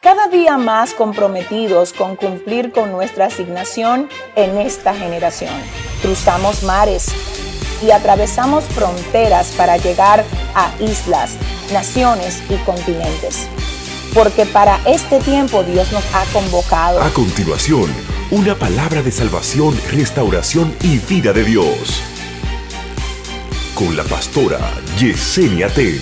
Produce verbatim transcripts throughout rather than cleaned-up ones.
cada día más comprometidos con cumplir con nuestra asignación en esta generación. Cruzamos mares y atravesamos fronteras para llegar a islas, naciones y continentes. Porque para este tiempo Dios nos ha convocado. A continuación, una palabra de salvación, restauración y vida de Dios. Con la pastora Yesenia Ten.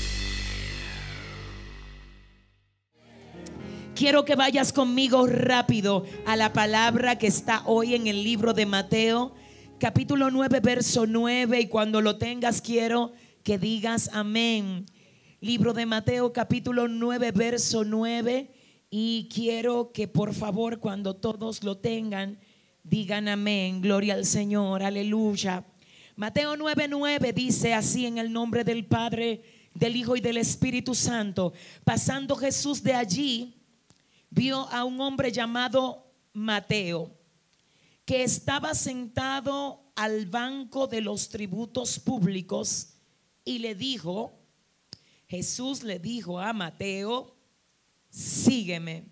Quiero que vayas conmigo rápido a la palabra que está hoy en el libro de Mateo, capítulo nueve, verso nueve. Y cuando lo tengas, quiero que digas amén. Libro de Mateo, capítulo nueve, verso nueve. Y quiero que por favor, cuando todos lo tengan, digan amén. Gloria al Señor, aleluya. Mateo nueve, nueve dice así: en el nombre del Padre, del Hijo y del Espíritu Santo. Pasando Jesús de allí, vio a un hombre llamado Mateo, que estaba sentado al banco de los tributos públicos, y le dijo, Jesús le dijo a Mateo: sígueme.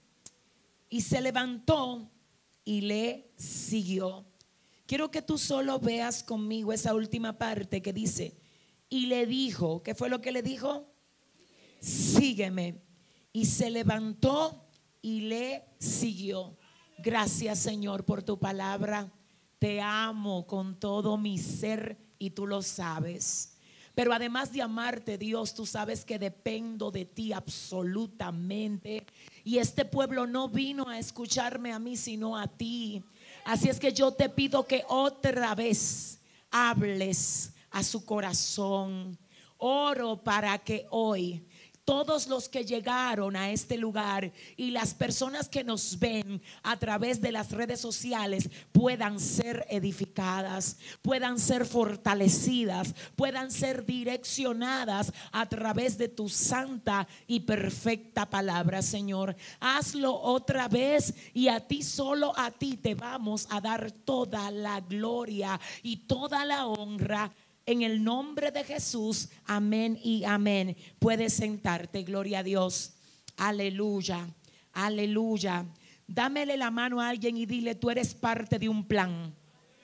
Y se levantó y le siguió. Quiero que tú solo veas conmigo esa última parte que dice, y le dijo, ¿qué fue lo que le dijo? Sígueme. Y se levantó y le siguió. Gracias, Señor, por tu palabra. Te amo con todo mi ser y tú lo sabes. Pero además de amarte, Dios, tú sabes que dependo de ti absolutamente. Y este pueblo no vino a escucharme a mí, sino a ti. Así es que yo te pido que otra vez hables a su corazón. Oro para que hoy todos los que llegaron a este lugar y las personas que nos ven a través de las redes sociales puedan ser edificadas, puedan ser fortalecidas, puedan ser direccionadas a través de tu santa y perfecta palabra, Señor. Hazlo otra vez, y a ti, solo a ti, te vamos a dar toda la gloria y toda la honra. En el nombre de Jesús, amén y amén. Puedes sentarte, gloria a Dios. Aleluya, aleluya. Dámele la mano a alguien y dile: tú eres parte de un plan.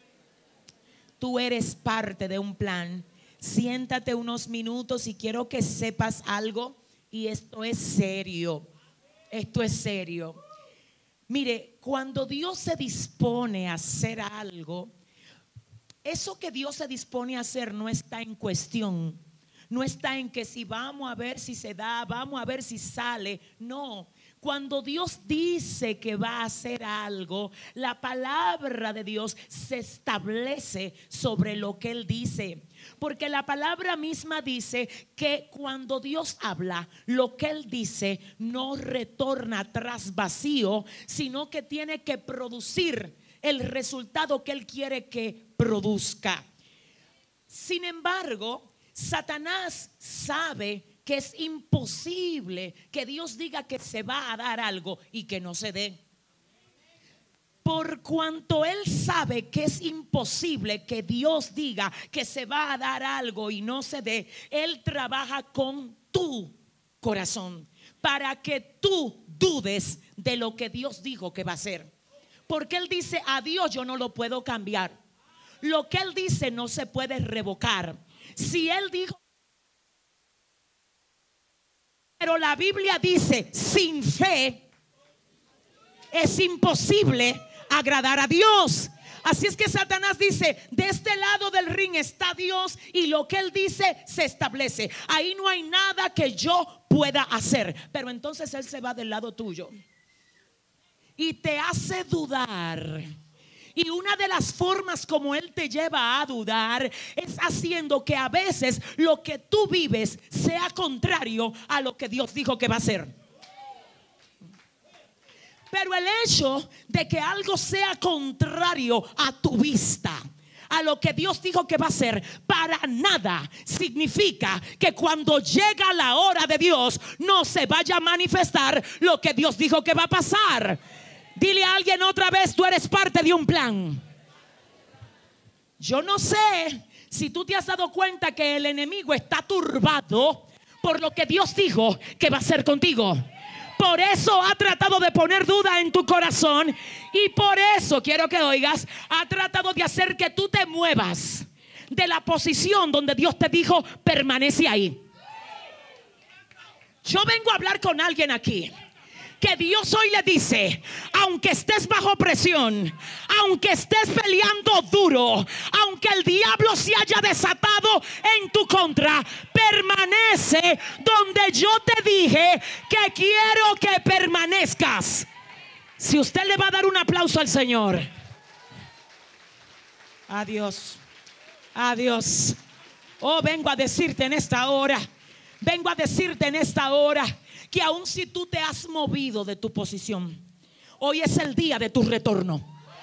Tú eres parte de un plan. Siéntate unos minutos y quiero que sepas algo. Y esto es serio. Esto es serio. Mire, cuando Dios se dispone a hacer algo, eso que Dios se dispone a hacer no está en cuestión. No está en que si vamos a ver si se da, vamos a ver si sale. No, cuando Dios dice que va a hacer algo, la palabra de Dios se establece sobre lo que Él dice. Porque la palabra misma dice que cuando Dios habla, lo que Él dice no retorna atrás vacío, sino que tiene que producir el resultado que Él quiere que produzca. Sin embargo, Satanás sabe que es imposible que Dios diga que se va a dar algo y que no se dé. Por cuanto él sabe que es imposible que Dios diga que se va a dar algo y no se dé, él trabaja con tu corazón para que tú dudes de lo que Dios dijo que va a hacer. Porque él dice: a Dios yo no lo puedo cambiar. Lo que él dice no se puede revocar. Si él dijo, pero la Biblia dice: sin fe es imposible agradar a Dios. Así es que Satanás dice: de este lado del ring está Dios, y lo que él dice se establece. Ahí no hay nada que yo pueda hacer. Pero entonces él se va del lado tuyo y te hace dudar. Y una de las formas como él te lleva a dudar es haciendo que a veces lo que tú vives sea contrario a lo que Dios dijo que va a hacer. Pero el hecho de que algo sea contrario a tu vista, a lo que Dios dijo que va a hacer, para nada significa que cuando llega la hora de Dios no se vaya a manifestar lo que Dios dijo que va a pasar. Dile a alguien otra vez: tú eres parte de un plan. Yo no sé si tú te has dado cuenta que el enemigo está turbado por lo que Dios dijo que va a hacer contigo. Por eso ha tratado de poner duda en tu corazón. Y por eso, quiero que oigas, ha tratado de hacer que tú te muevas de la posición donde Dios te dijo, permanece ahí. Yo vengo a hablar con alguien aquí que Dios hoy le dice, aunque estés bajo presión, aunque estés peleando duro, aunque el diablo se haya desatado en tu contra, permanece donde yo te dije que quiero que permanezcas. Si usted le va a dar un aplauso al Señor. Adiós. Adiós. Oh, vengo a decirte en esta hora, vengo a decirte en esta hora que aun si tú te has movido de tu posición, hoy es el día de tu retorno.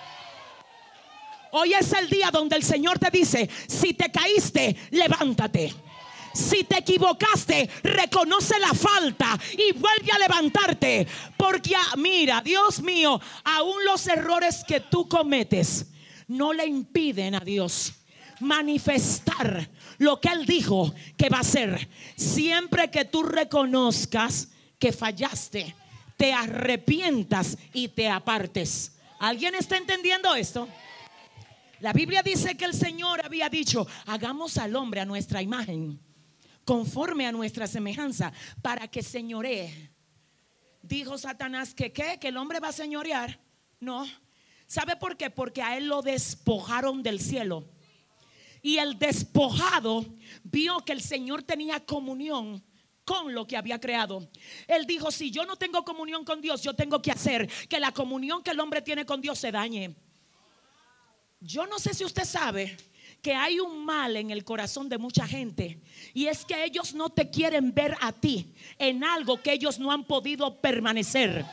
Hoy es el día donde el Señor te dice, si te caíste, levántate. Si te equivocaste, reconoce la falta y vuelve a levantarte. Porque mira, Dios mío, aún los errores que tú cometes no le impiden a Dios manifestar lo que Él dijo que va a hacer. Siempre que tú reconozcas que fallaste, te arrepientas y te apartes. ¿Alguien está entendiendo esto? La Biblia dice que el Señor había dicho, hagamos al hombre a nuestra imagen, conforme a nuestra semejanza, para que señoree. Dijo Satanás que ¿qué? Que el hombre va a señorear. No. ¿Sabe por qué? Porque a él lo despojaron del cielo. Y el despojado vio que el Señor tenía comunión con lo que había creado. Él dijo, si yo no tengo comunión con Dios, yo tengo que hacer que la comunión que el hombre tiene con Dios se dañe. Yo no sé si usted sabe que hay un mal en el corazón de mucha gente, y es que ellos no te quieren ver a ti en algo que ellos no han podido permanecer.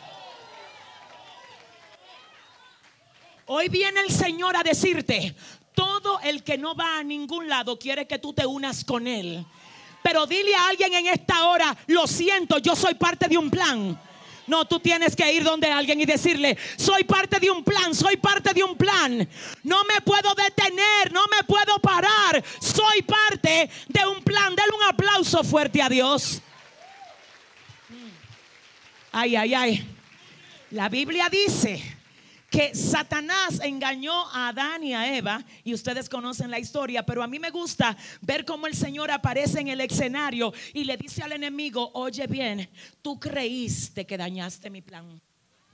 Hoy viene el Señor a decirte, todo el que no va a ningún lado quiere que tú te unas con Él. Pero dile a alguien en esta hora, lo siento, yo soy parte de un plan. No, tú tienes que ir donde alguien y decirle, soy parte de un plan, soy parte de un plan. No me puedo detener, no me puedo parar. Soy parte de un plan. Dale un aplauso fuerte a Dios. Ay, ay, ay. La Biblia dice que Satanás engañó a Adán y a Eva, y ustedes conocen la historia, pero a mí me gusta ver cómo el Señor aparece en el escenario y le dice al enemigo, oye bien, tú creíste que dañaste mi plan.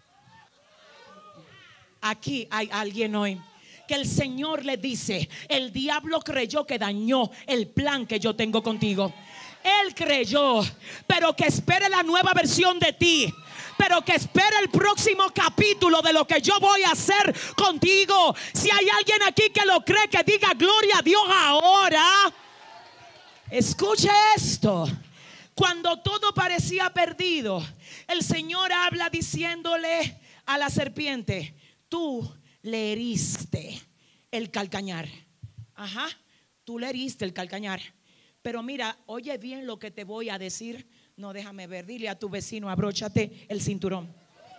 Aquí hay alguien hoy que el Señor le dice, el diablo creyó que dañó el plan que yo tengo contigo. Él creyó, pero que espere la nueva versión de ti. Pero que espere el próximo capítulo de lo que yo voy a hacer contigo. Si hay alguien aquí que lo cree, que diga gloria a Dios ahora. Escuche esto. Cuando todo parecía perdido, el Señor habla diciéndole a la serpiente, tú le heriste el calcañar. Ajá, tú le heriste el calcañar. Pero mira, oye bien lo que te voy a decir. No, déjame ver, dile a tu vecino, abróchate el cinturón.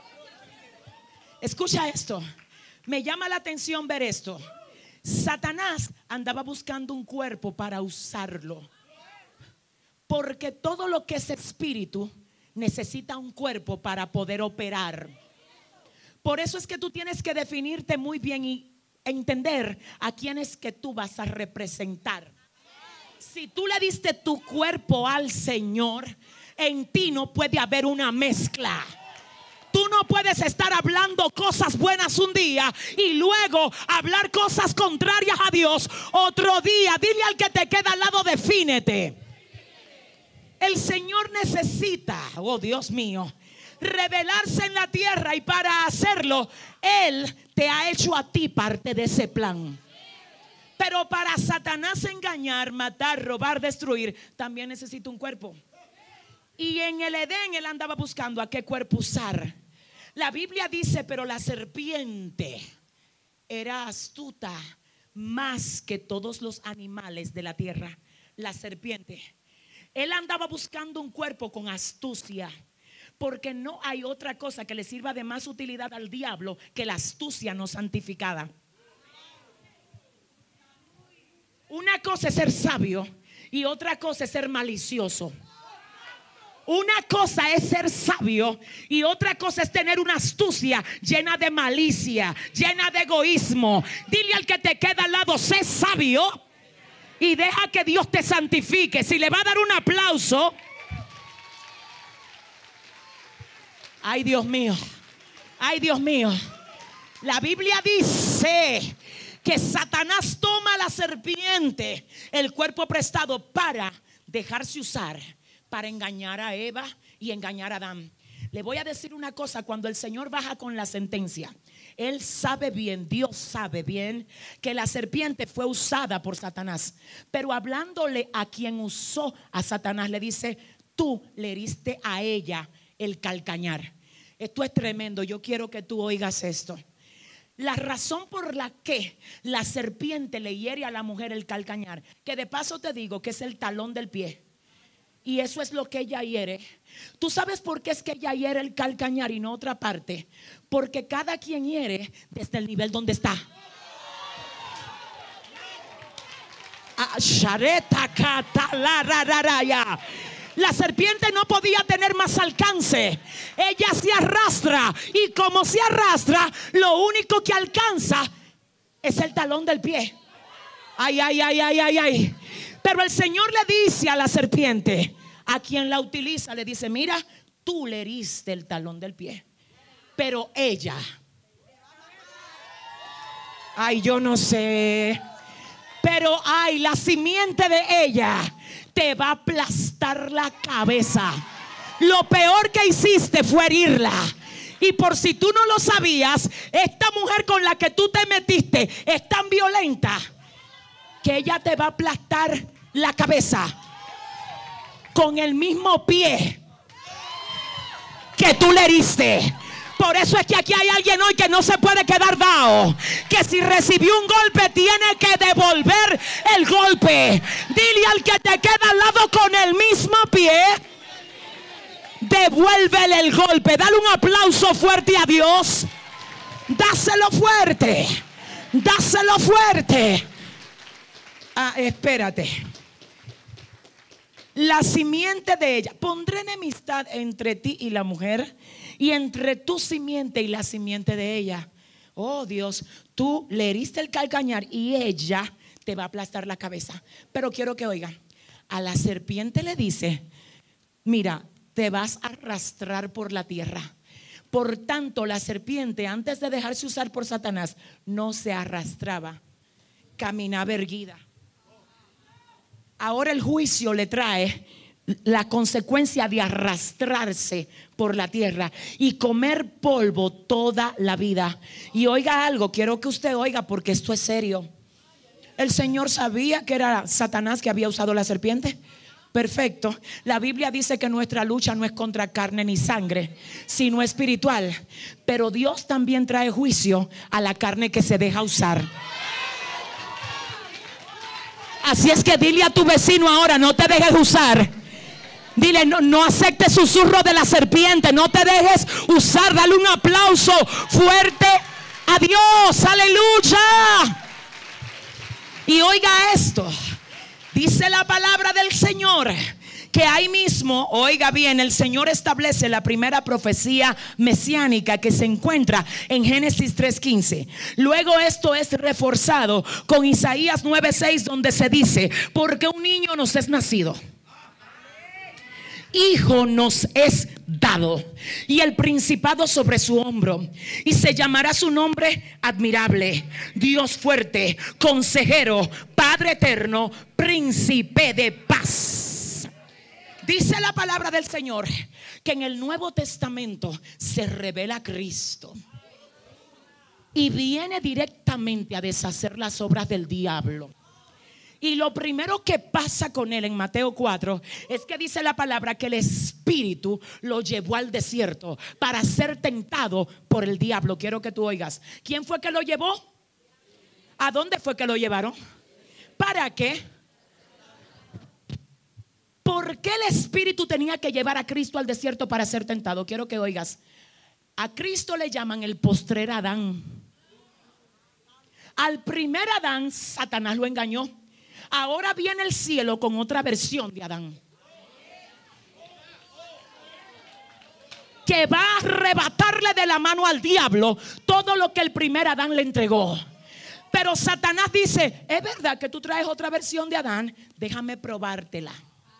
Escucha esto. Me llama la atención ver esto. Satanás andaba buscando un cuerpo para usarlo, porque todo lo que es espíritu necesita un cuerpo para poder operar. Por eso es que tú tienes que definirte muy bien y entender a quién es que tú vas a representar. Si tú le diste tu cuerpo al Señor, en ti no puede haber una mezcla. Tú no puedes estar hablando cosas buenas un día y luego hablar cosas contrarias a Dios otro día. Dile al que te queda al lado, defínete. El Señor necesita, oh Dios mío, revelarse en la tierra, y para hacerlo Él te ha hecho a ti parte de ese plan. Pero para Satanás engañar, matar, robar, destruir, también necesita un cuerpo. Y en el Edén él andaba buscando a qué cuerpo usar. La Biblia dice, pero la serpiente era astuta más que todos los animales de la tierra. La serpiente. Él andaba buscando un cuerpo con astucia, porque no hay otra cosa que le sirva de más utilidad al diablo que la astucia no santificada. Una cosa es ser sabio y otra cosa es ser malicioso. Una cosa es ser sabio y otra cosa es tener una astucia llena de malicia, llena de egoísmo. Dile al que te queda al lado, sé sabio y deja que Dios te santifique. Si le va a dar un aplauso, ay Dios mío, ay Dios mío. La Biblia dice que Satanás toma a la serpiente, el cuerpo prestado, para dejarse usar, para engañar a Eva y engañar a Adán. Le voy a decir una cosa: cuando el Señor baja con la sentencia, Él sabe bien, Dios sabe bien que la serpiente fue usada por Satanás. Pero hablándole a quien usó a Satanás, le dice: tú le heriste a ella el calcañar. Esto es tremendo. Yo quiero que tú oigas esto. La razón por la que la serpiente le hiere a la mujer el calcañar, que de paso te digo que es el talón del pie, y eso es lo que ella hiere. ¿Tú sabes por qué es que ella hiere el calcañar y no otra parte? Porque cada quien hiere desde el nivel donde está. La serpiente no podía tener más alcance. Ella se arrastra, y como se arrastra, lo único que alcanza es el talón del pie. Ay, ay, ay, ay, ay, ay. Pero el Señor le dice a la serpiente, a quien la utiliza, le dice: mira, tú le heriste el talón del pie, pero ella, ay, yo no sé, pero ay, la simiente de ella te va a aplastar la cabeza. Lo peor que hiciste fue herirla. Y por si tú no lo sabías, esta mujer con la que tú te metiste es tan violenta que ella te va a aplastar la cabeza con el mismo pie que tú le heriste. Por eso es que aquí hay alguien hoy que no se puede quedar dado, que si recibió un golpe tiene que devolver el golpe. Dile al que te queda al lado, con el mismo pie, devuélvele el golpe. Dale un aplauso fuerte a Dios. Dáselo fuerte, dáselo fuerte. Ah, espérate. La simiente de ella, pondré enemistad entre ti y la mujer, y entre tu simiente y la simiente de ella. Oh Dios, tú le heriste el calcañar y ella te va a aplastar la cabeza. Pero quiero que oigan, a la serpiente le dice: mira, te vas a arrastrar por la tierra. Por tanto, la serpiente, antes de dejarse usar por Satanás, no se arrastraba, caminaba erguida. Ahora el juicio le trae la consecuencia de arrastrarse por la tierra y comer polvo toda la vida. Y oiga algo, quiero que usted oiga, porque esto es serio. El Señor sabía que era Satanás que había usado la serpiente. Perfecto. La Biblia dice que nuestra lucha no es contra carne ni sangre, sino espiritual. Pero Dios también trae juicio a la carne que se deja usar. Así es que dile a tu vecino ahora: no te dejes usar. Dile: no, no aceptes susurro de la serpiente, no te dejes usar. Dale un aplauso fuerte a Dios. Aleluya. Y oiga esto, dice la palabra del Señor que ahí mismo, oiga bien, el Señor establece la primera profecía mesiánica que se encuentra en Génesis tres quince. Luego esto es reforzado con Isaías nueve seis, donde se dice: porque un niño nos es nacido, hijo nos es dado, y el principado sobre su hombro, y se llamará su nombre Admirable, Dios fuerte, Consejero, Padre eterno, Príncipe de paz. Dice la palabra del Señor que en el Nuevo Testamento se revela Cristo y viene directamente a deshacer las obras del diablo. Y lo primero que pasa con él en Mateo cuatro es que dice la palabra que el Espíritu lo llevó al desierto para ser tentado por el diablo. Quiero que tú oigas, ¿quién fue que lo llevó? ¿A dónde fue que lo llevaron? ¿Para qué? ¿Por qué el Espíritu tenía que llevar a Cristo al desierto para ser tentado? Quiero que oigas, a Cristo le llaman el postrer Adán. Al primer Adán Satanás lo engañó. Ahora viene el cielo con otra versión de Adán. que va a arrebatarle de la mano al diablo todo lo que el primer Adán le entregó. Pero Satanás dice: es verdad que tú traes otra versión de Adán, déjame probártela.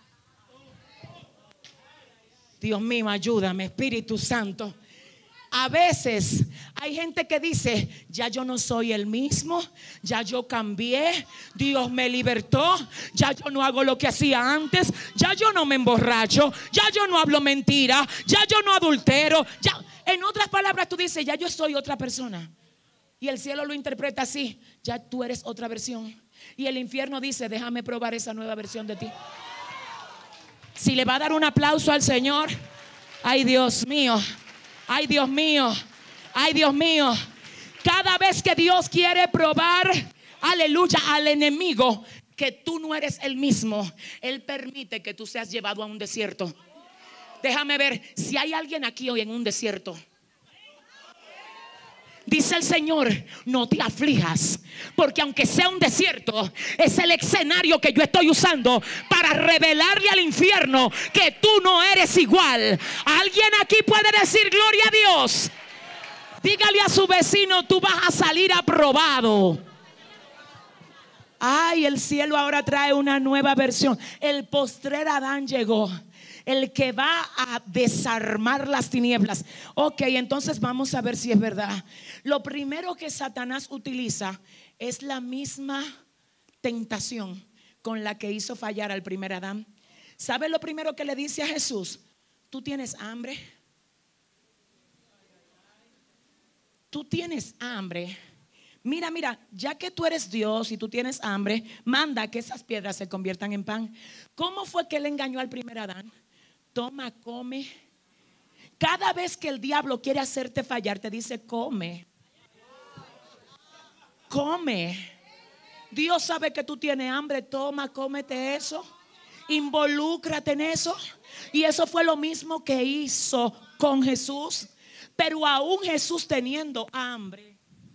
Dios mío, ayúdame, Espíritu Santo. A veces hay gente que dice: ya yo no soy el mismo, ya yo cambié, Dios me libertó, ya yo no hago lo que hacía antes, ya yo no me emborracho, ya yo no hablo mentira, ya yo no adultero, ya. En otras palabras, tú dices: ya yo soy otra persona. Y el cielo lo interpreta así: ya tú eres otra versión. Y el infierno dice: déjame probar esa nueva versión de ti. Si le va a dar un aplauso al Señor, ay Dios mío, ay Dios mío, ay Dios mío. Cada vez que Dios quiere probar, aleluya, al enemigo que tú no eres el mismo, Él permite que tú seas llevado a un desierto. Déjame ver si hay alguien aquí hoy en un desierto. Dice el Señor: no te aflijas, porque aunque sea un desierto, es el escenario que yo estoy usando para revelarle al infierno que tú no eres igual. ¿Alguien aquí puede decir gloria a Dios? Dígale a su vecino: tú vas a salir aprobado. Ay, el cielo ahora trae una nueva versión. El postrer Adán llegó, el que va a desarmar las tinieblas. Ok, entonces vamos a ver si es verdad. Lo primero que Satanás utiliza es la misma tentación con la que hizo fallar al primer Adán. ¿Sabe lo primero que le dice a Jesús? ¿Tú tienes hambre? ¿Tú tienes hambre? Mira, mira, ya que tú eres Dios y tú tienes hambre, manda que esas piedras se conviertan en pan. ¿Cómo fue que él engañó al primer Adán? Toma, come. Cada vez que el diablo quiere hacerte fallar, te dice: come. Come. Dios sabe que tú tienes hambre. Toma, cómete eso. Involúcrate en eso. Y eso fue lo mismo que hizo con Jesús. Pero aún Jesús teniendo hambre.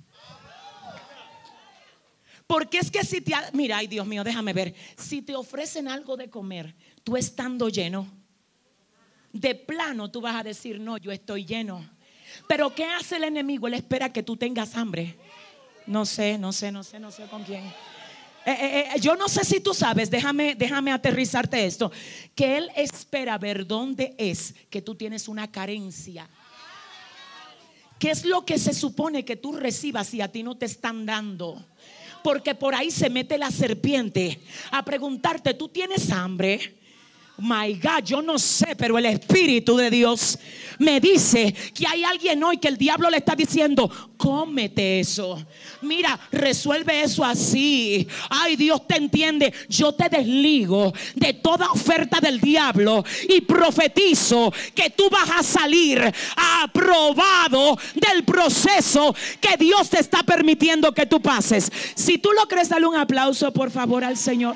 Porque es que si te, mira, ay Dios mío, déjame ver. Si te ofrecen algo de comer, tú estando lleno, de plano tú vas a decir: no, yo estoy lleno. Pero ¿qué hace el enemigo? Él espera que tú tengas hambre. No sé, no sé, no sé, no sé con quién. Eh, eh, eh, yo no sé si tú sabes, déjame, déjame aterrizarte esto, que él espera ver dónde es que tú tienes una carencia. ¿Qué es lo que se supone que tú recibas si a ti no te están dando? Porque por ahí se mete la serpiente a preguntarte: ¿tú tienes hambre? My God, yo no sé, pero el Espíritu de Dios me dice que hay alguien hoy que el diablo le está diciendo: cómete eso. Mira, resuelve eso así. Ay, Dios te entiende. Yo te desligo de toda oferta del diablo y profetizo que tú vas a salir aprobado del proceso que Dios te está permitiendo que tú pases. Si tú lo crees, dale un aplauso por favor al Señor.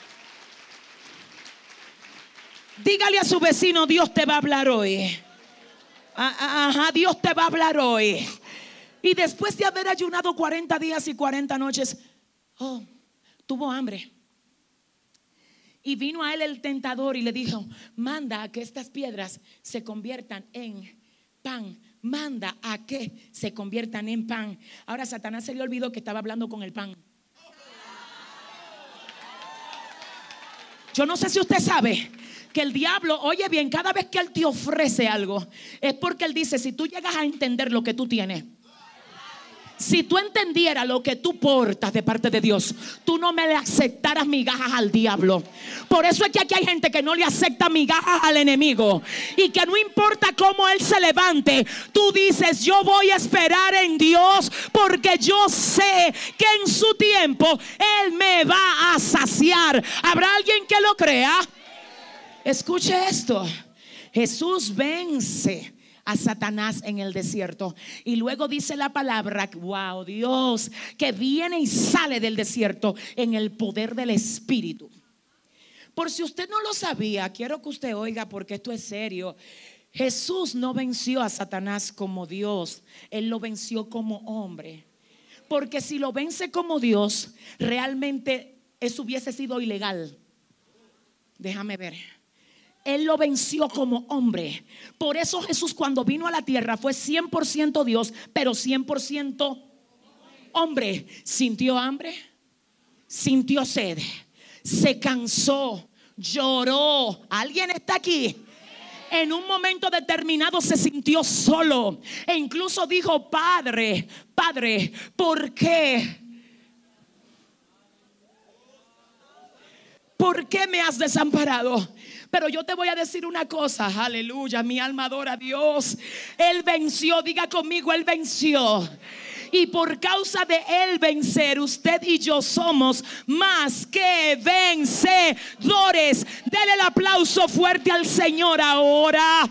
Dígale a su vecino: Dios te va a hablar hoy. Ajá, Dios te va a hablar hoy. Y después de haber ayunado cuarenta días y cuarenta noches, oh, tuvo hambre. Y vino a él el tentador y le dijo: manda a que estas piedras se conviertan en pan. Manda a que se conviertan en pan. Ahora Satanás se le olvidó que estaba hablando con el pan. Yo no sé si usted sabe que el diablo, oye bien, cada vez que él te ofrece algo, es porque él dice: si tú llegas a entender lo que tú tienes, si tú entendieras lo que tú portas de parte de Dios, tú no me le aceptaras migajas al diablo. Por eso es que aquí hay gente que no le acepta migajas al enemigo, y que no importa cómo él se levante, tú dices: yo voy a esperar en Dios, porque yo sé que en su tiempo él me va a saciar. ¿Habrá alguien que lo crea? Escuche esto. Jesús vence a Satanás en el desierto. Y luego dice la palabra, wow, Dios, que viene y sale del desierto en el poder del Espíritu. Por si usted no lo sabía, quiero que usted oiga, porque esto es serio. Jesús no venció a Satanás como Dios, Él lo venció como hombre. Porque si lo vence como Dios, realmente eso hubiese sido ilegal. Déjame ver. Él lo venció como hombre. Por eso Jesús, cuando vino a la tierra, fue cien por ciento Dios, pero cien por ciento hombre. Sintió hambre, sintió sed, se cansó, lloró. ¿Alguien está aquí? En un momento determinado se sintió solo e incluso dijo: Padre, Padre, ¿por qué? ¿Por qué me has desamparado? Pero yo te voy a decir una cosa, aleluya, mi alma adora a Dios. Él venció, diga conmigo, Él venció. Y por causa de Él vencer, usted y yo somos más que vencedores. Dele el aplauso fuerte al Señor ahora.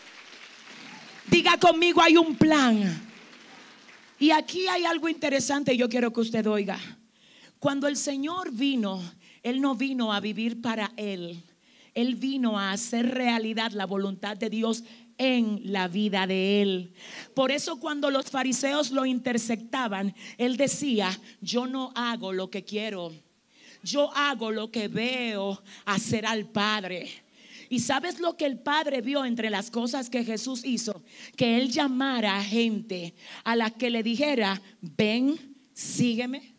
Diga conmigo, hay un plan. Y aquí hay algo interesante, yo quiero que usted oiga. Cuando el Señor vino, Él no vino a vivir para Él. Él vino a hacer realidad la voluntad de Dios en la vida de Él. Por eso cuando los fariseos lo interceptaban, Él decía: yo no hago lo que quiero, yo hago lo que veo hacer al Padre. ¿Y sabes lo que el Padre vio entre las cosas que Jesús hizo? Que Él llamara a gente a la que le dijera: ven, sígueme.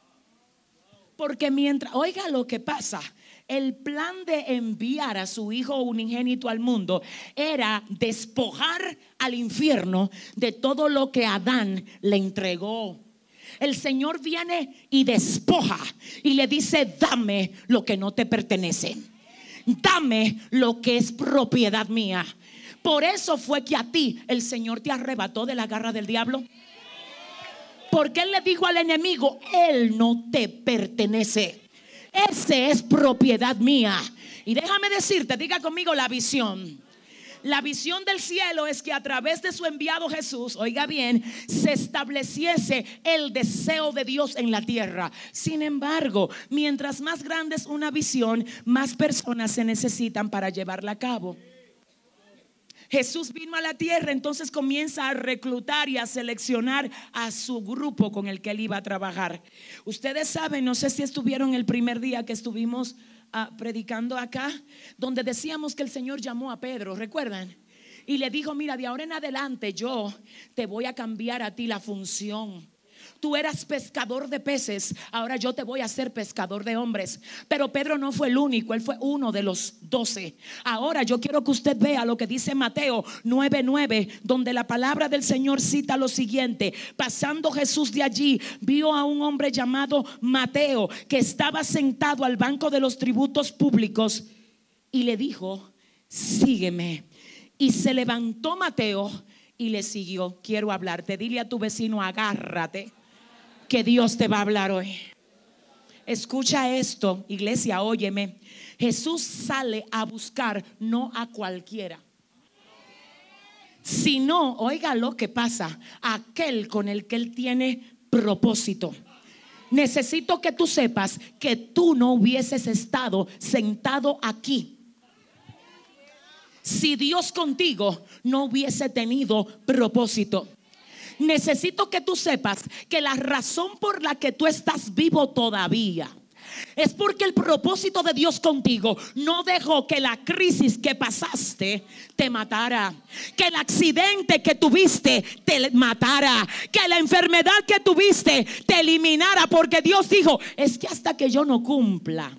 Porque mientras, oiga lo que pasa, el plan de enviar a su Hijo unigénito al mundo era despojar al infierno de todo lo que Adán le entregó. El Señor viene y despoja y le dice: dame lo que no te pertenece, dame lo que es propiedad mía. Por eso fue que a ti el Señor te arrebató de la garra del diablo. Porque Él le dijo al enemigo: Él no te pertenece, ese es propiedad mía. Y déjame decirte, diga conmigo, la visión. La visión del cielo es que a través de su enviado Jesús, oiga bien, se estableciese el deseo de Dios en la tierra. Sin embargo, mientras más grande es una visión, más personas se necesitan para llevarla a cabo. Jesús vino a la tierra, entonces comienza a reclutar y a seleccionar a su grupo con el que Él iba a trabajar. Ustedes saben, no sé si estuvieron el primer día que estuvimos uh, predicando acá, donde decíamos que el Señor llamó a Pedro, ¿recuerdan? Y le dijo: mira, de ahora en adelante yo te voy a cambiar a ti la función. Tú eras pescador de peces, ahora yo te voy a hacer pescador de hombres. Pero Pedro no fue el único, él fue uno de los doce. Ahora yo quiero que usted vea lo que dice Mateo nueve nueve, donde la palabra del Señor cita lo siguiente: pasando Jesús de allí, vio a un hombre llamado Mateo, que estaba sentado al banco de los tributos públicos, y le dijo: sígueme. Y se levantó Mateo y le siguió. Quiero hablarte, dile a tu vecino: agárrate, que Dios te va a hablar hoy. Escucha esto, iglesia, óyeme. Jesús sale a buscar no a cualquiera, sino, oiga lo que pasa, aquel con el que Él tiene propósito. Necesito que tú sepas que tú no hubieses estado sentado aquí si Dios contigo no hubiese tenido propósito. Necesito que tú sepas que la razón por la que tú estás vivo todavía es porque el propósito de Dios contigo no dejó que la crisis que pasaste te matara, que el accidente que tuviste te matara, que la enfermedad que tuviste te eliminara, porque Dios dijo: es que hasta que yo no cumpla,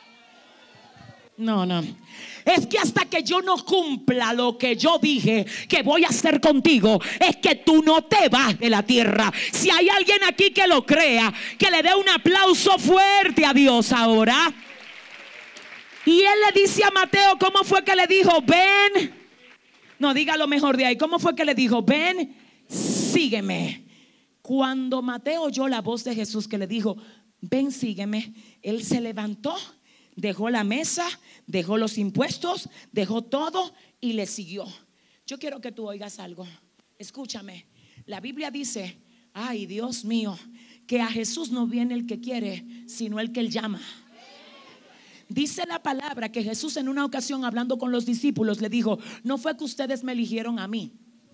no, no Es que hasta que yo no cumpla lo que yo dije que voy a hacer contigo, es que tú no te vas de la tierra. Si hay alguien aquí que lo crea, que le dé un aplauso fuerte a Dios ahora. Y Él le dice a Mateo, ¿cómo fue que le dijo? Ven. No, dígalo mejor de ahí. ¿Cómo fue que le dijo? Ven, sígueme. Cuando Mateo oyó la voz de Jesús que le dijo: ven, sígueme, él se levantó, dejó la mesa, dejó los impuestos, dejó todo y le siguió. Yo quiero que tú oigas algo. Escúchame. La Biblia dice: ay, Dios mío, que a Jesús no viene el que quiere, sino el que Él llama. Dice la palabra que Jesús en una ocasión, hablando con los discípulos, le dijo: no fue que ustedes me eligieron a mí.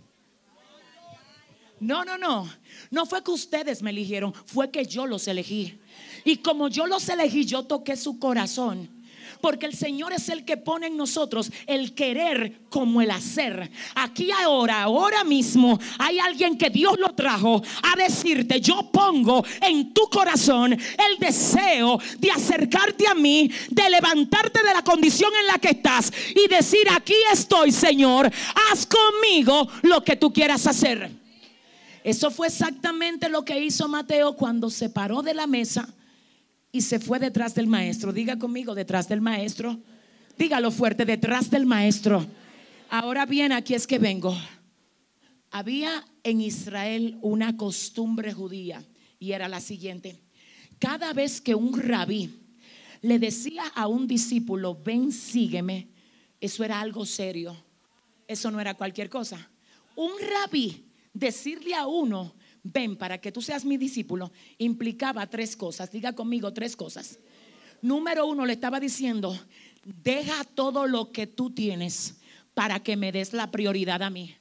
No, no, no. No fue que ustedes me eligieron, fue que yo los elegí. Y como yo los elegí, yo toqué su corazón. porque el Señor es el que pone en nosotros el querer como el hacer. Aquí ahora, ahora mismo hay alguien que Dios lo trajo a decirte: yo pongo en tu corazón el deseo de acercarte a mí, de levantarte de la condición en la que estás y decir: aquí estoy, Señor, haz conmigo lo que tú quieras hacer. Eso fue exactamente lo que hizo Mateo cuando se paró de la mesa y se fue detrás del maestro. Diga conmigo: detrás del maestro. Dígalo fuerte: detrás del maestro. Ahora bien, aquí es que vengo. Había en Israel una costumbre judía, y era la siguiente: cada vez que un rabí le decía a un discípulo: ven, sígueme, eso era algo serio. Eso no era cualquier cosa. Un rabí decirle a uno: ven para que tú seas mi discípulo, implicaba tres cosas. Diga conmigo: tres cosas. Número uno, le estaba diciendo: deja todo lo que tú tienes para que me des la prioridad a mí.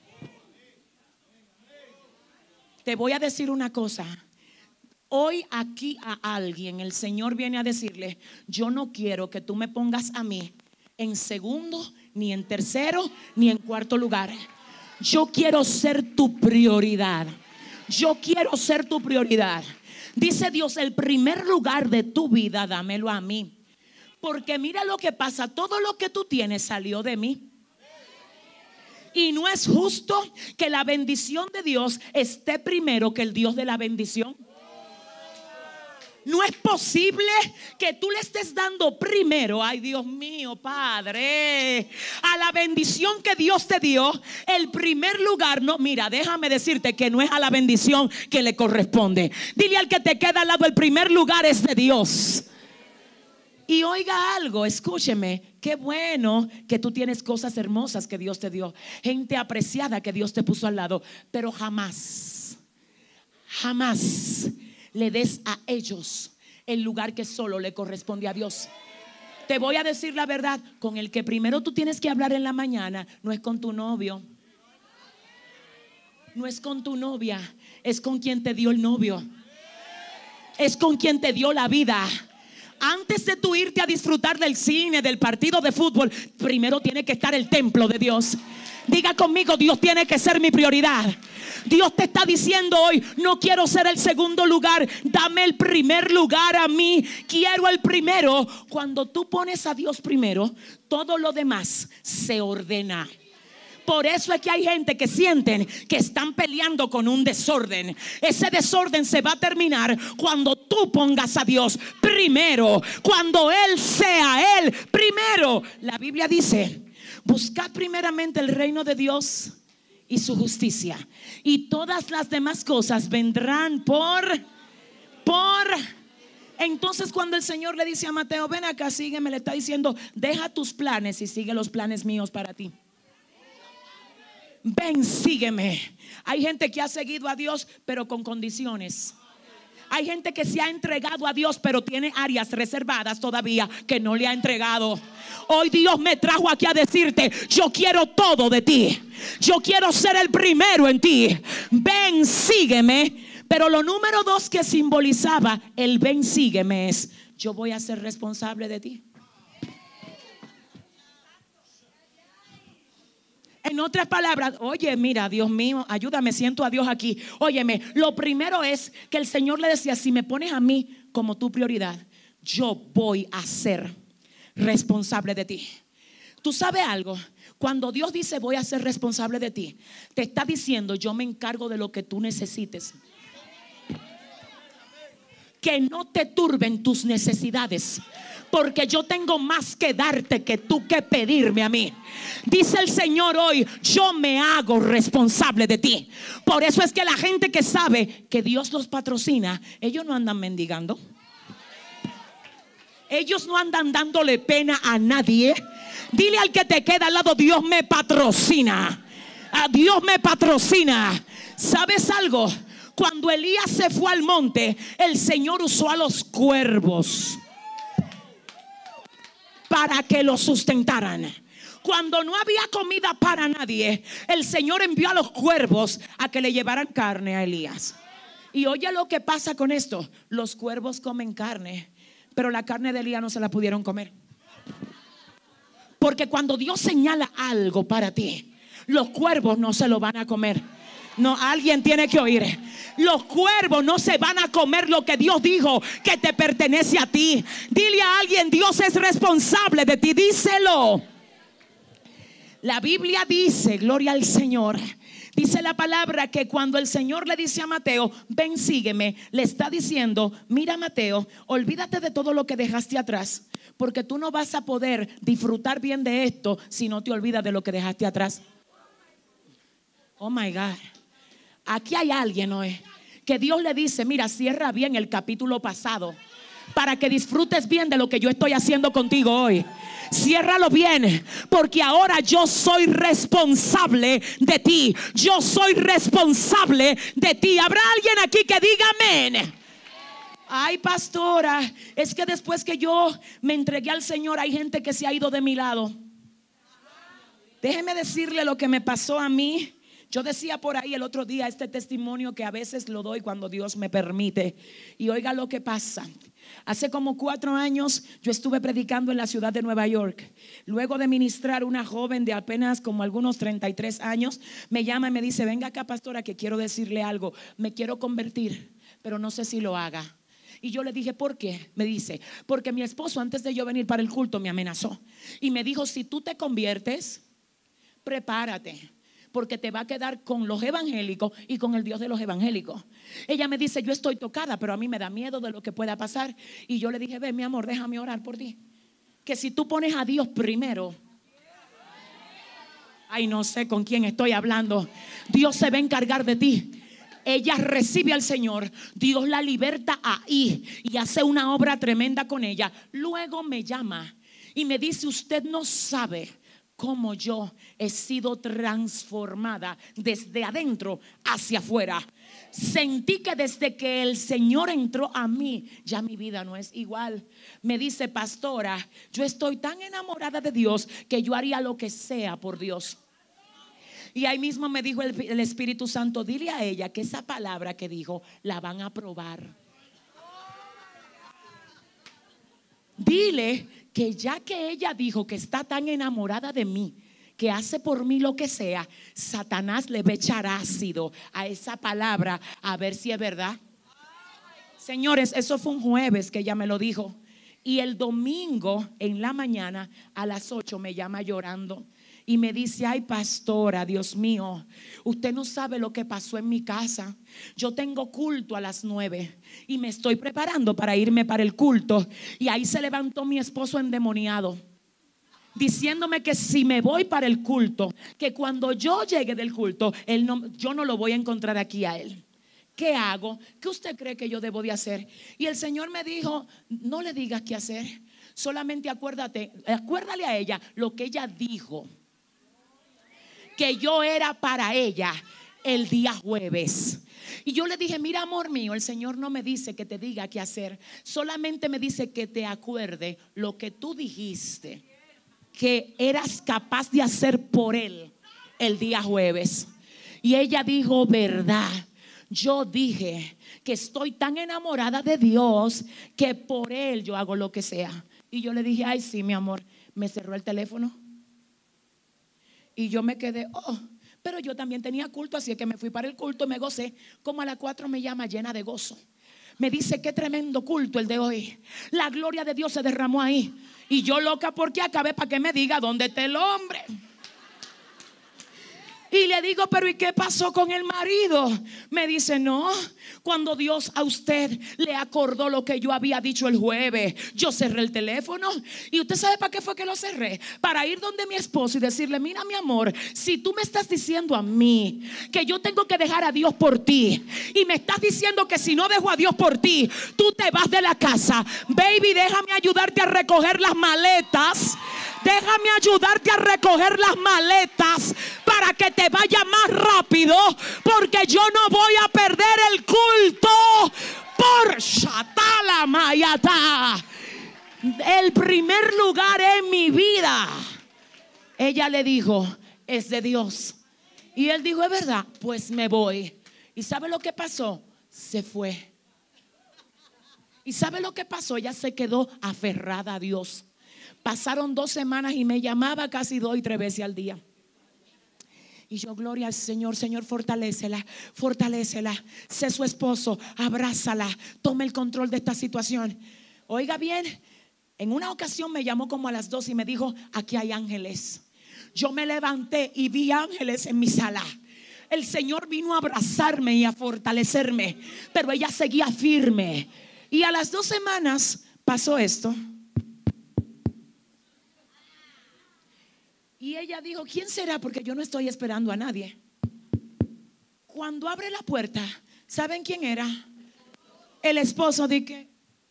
Te voy a decir una cosa. Hoy aquí a alguien el Señor viene a decirle: yo no quiero que tú me pongas a mí en segundo, ni en tercero, ni en cuarto lugar. Yo quiero ser tu prioridad. Yo quiero ser tu prioridad. Dice Dios: el primer lugar de tu vida dámelo a mí. Porque mira lo que pasa: todo lo que tú tienes salió de mí. Y no es justo que la bendición de Dios esté primero que el Dios de la bendición. No es posible que tú le estés dando primero, ay Dios mío, Padre, a la bendición que Dios te dio el primer lugar. No, mira, déjame decirte que no es a la bendición que le corresponde. Dile al que te queda al lado: el primer lugar es de Dios. Y oiga algo, escúcheme, qué bueno que tú tienes cosas hermosas que Dios te dio, gente apreciada que Dios te puso al lado, pero jamás, jamás le des a ellos el lugar que solo le corresponde a Dios. Te voy a decir la verdad: con el que primero tú tienes que hablar en la mañana no es con tu novio, no es con tu novia, es con quien te dio el novio, es con quien te dio la vida. Antes de tú irte a disfrutar del cine, del partido de fútbol, primero tiene que estar el templo de Dios. Diga conmigo: Dios tiene que ser mi prioridad. Dios te está diciendo hoy: no quiero ser el segundo lugar, dame el primer lugar a mí. Quiero el primero. Cuando tú pones a Dios primero, todo lo demás se ordena. Por eso es que hay gente que sienten que están peleando con un desorden. Ese desorden se va a terminar cuando tú pongas a Dios primero, cuando Él sea Él primero. La Biblia dice: buscad primeramente el reino de Dios y su justicia, y todas las demás cosas vendrán por por Entonces cuando el Señor le dice a Mateo: ven acá, sígueme, le está diciendo: deja tus planes y sigue los planes míos para ti. Ven, sígueme. Hay gente que ha seguido a Dios pero con condiciones. Hay gente que se ha entregado a Dios pero tiene áreas reservadas todavía que no le ha entregado. Hoy Dios me trajo aquí a decirte: yo quiero todo de ti. Yo quiero ser el primero en ti. Ven, sígueme. Pero lo número dos que simbolizaba el ven, sígueme es: yo voy a ser responsable de ti. En otras palabras, oye, mira, Dios mío, ayúdame, siento a Dios aquí. Óyeme, lo primero es que el Señor le decía: si me pones a mí como tu prioridad, yo voy a ser responsable de ti. ¿Tú sabes algo? Cuando Dios dice voy a ser responsable de ti, te está diciendo: yo me encargo de lo que tú necesites. Que no te turben tus necesidades, porque yo tengo más que darte que tú que pedirme a mí. Dice el Señor hoy: yo me hago responsable de ti. Por eso es que la gente que sabe que Dios los patrocina, ellos no andan mendigando. Ellos no andan dándole pena a nadie. Dile al que te queda al lado: Dios me patrocina. A Dios me patrocina. ¿Sabes algo? Cuando Elías se fue al monte, el Señor usó a los cuervos para que lo sustentaran. Cuando no había comida para nadie, el Señor envió a los cuervos a que le llevaran carne a Elías. Y oye lo que pasa con esto: los cuervos comen carne, pero la carne de Elías no se la pudieron comer. Porque cuando Dios señala algo para ti, los cuervos no se lo van a comer. No, alguien tiene que oír. Los cuervos no se van a comer lo que Dios dijo que te pertenece a ti. Dile a alguien: Dios es responsable de ti. Díselo. La Biblia dice, gloria al Señor, dice la palabra que cuando el Señor le dice a Mateo: ven, sígueme, le está diciendo: mira, Mateo, olvídate de todo lo que dejaste atrás, porque tú no vas a poder disfrutar bien de esto si no te olvidas de lo que dejaste atrás. Oh my God. Aquí hay alguien hoy que Dios le dice: mira, cierra bien el capítulo pasado para que disfrutes bien de lo que yo estoy haciendo contigo hoy. Ciérralo bien, porque ahora yo soy responsable de ti. Yo soy responsable de ti. ¿Habrá alguien aquí que diga amén? Ay, pastora, es que después que yo me entregué al Señor, hay gente que se ha ido de mi lado. Déjeme decirle lo que me pasó a mí. Yo decía por ahí el otro día este testimonio que a veces lo doy cuando Dios me permite. Y oiga lo que pasa. Hace como cuatro años yo estuve predicando en la ciudad de Nueva York. Luego de ministrar, una joven de apenas como algunos treinta y tres años me llama y me dice: venga acá, pastora, que quiero decirle algo. Me quiero convertir, pero no sé si lo haga. Y yo le dije: ¿por qué? Me dice: porque mi esposo, antes de yo venir para el culto, me amenazó y me dijo: si tú te conviertes, prepárate, porque te va a quedar con los evangélicos y con el Dios de los evangélicos. Ella me dice: yo estoy tocada, pero a mí me da miedo de lo que pueda pasar. Y yo le dije: ven, mi amor, déjame orar por ti. Que si tú pones a Dios primero, ay, no sé con quién estoy hablando, Dios se va a encargar de ti. Ella recibe al Señor, Dios la liberta ahí y hace una obra tremenda con ella. Luego me llama y me dice: usted no sabe cómo yo he sido transformada desde adentro hacia afuera. Sentí que desde que el Señor entró a mí, ya mi vida no es igual. Me dice: pastora, yo estoy tan enamorada de Dios que yo haría lo que sea por Dios. Y ahí mismo me dijo el, el Espíritu Santo: dile a ella que esa palabra que dijo la van a probar. Dile que ya que ella dijo que está tan enamorada de mí, que hace por mí lo que sea, Satanás le va a echar ácido a esa palabra a ver si es verdad. Señores, eso fue un jueves que ella me lo dijo. Y el domingo en la mañana a las ocho me llama llorando y me dice: ay, pastora, Dios mío, usted no sabe lo que pasó en mi casa. Yo tengo culto a las nueve y me estoy preparando para irme para el culto. Y ahí se levantó mi esposo endemoniado, diciéndome que si me voy para el culto, que cuando yo llegue del culto, él no, yo no lo voy a encontrar aquí a él. ¿Qué hago? ¿Qué usted cree que yo debo de hacer? Y el Señor me dijo: no le digas qué hacer, solamente acuérdate, acuérdale a ella lo que ella dijo, que yo era para ella el día jueves. Y yo le dije: mira, amor mío, el Señor no me dice que te diga qué hacer, solamente me dice que te acuerde lo que tú dijiste que eras capaz de hacer por Él el día jueves. Y ella dijo: verdad, yo dije que estoy tan enamorada de Dios que por Él yo hago lo que sea. Y yo le dije: ay, sí, mi amor. Me cerró el teléfono y yo me quedé, oh, pero yo también tenía culto, así que me fui para el culto, me gocé. Como a las cuatro me llama llena de gozo. Me dice: qué tremendo culto el de hoy. La gloria de Dios se derramó ahí. Y yo loca porque acabé para que me diga dónde está el hombre. Y le digo: pero ¿y qué pasó con el marido? Me dice: no, cuando Dios a usted le acordó lo que yo había dicho el jueves, yo cerré el teléfono. Y usted sabe para qué fue que lo cerré: para ir donde mi esposo y decirle: mira, mi amor, si tú me estás diciendo a mí que yo tengo que dejar a Dios por ti, y me estás diciendo que si no dejo a Dios por ti, tú te vas de la casa, baby, déjame ayudarte a recoger las maletas. Déjame ayudarte a recoger las maletas para que te vaya más rápido, porque yo no voy a perder el culto por Shatala Mayata, el primer lugar en mi vida. Ella le dijo: es de Dios. Y él dijo: es verdad, pues me voy. ¿Y sabe lo que pasó? Se fue. ¿Y sabe lo que pasó? Ella se quedó aferrada a Dios. Pasaron dos semanas y me llamaba casi dos y tres veces al día. Y yo, gloria al Señor, Señor, fortalécela, fortalécela, sé su esposo, abrázala, tome el control de esta situación. Oiga bien, en una ocasión me llamó como a las dos y me dijo: aquí hay ángeles. Yo me levanté y vi ángeles en mi sala. El Señor vino a abrazarme y a fortalecerme, pero ella seguía firme. Y a las dos semanas pasó esto. Y ella dijo: ¿quién será? Porque yo no estoy esperando a nadie. Cuando abre la puerta, ¿saben quién era? El esposo de que.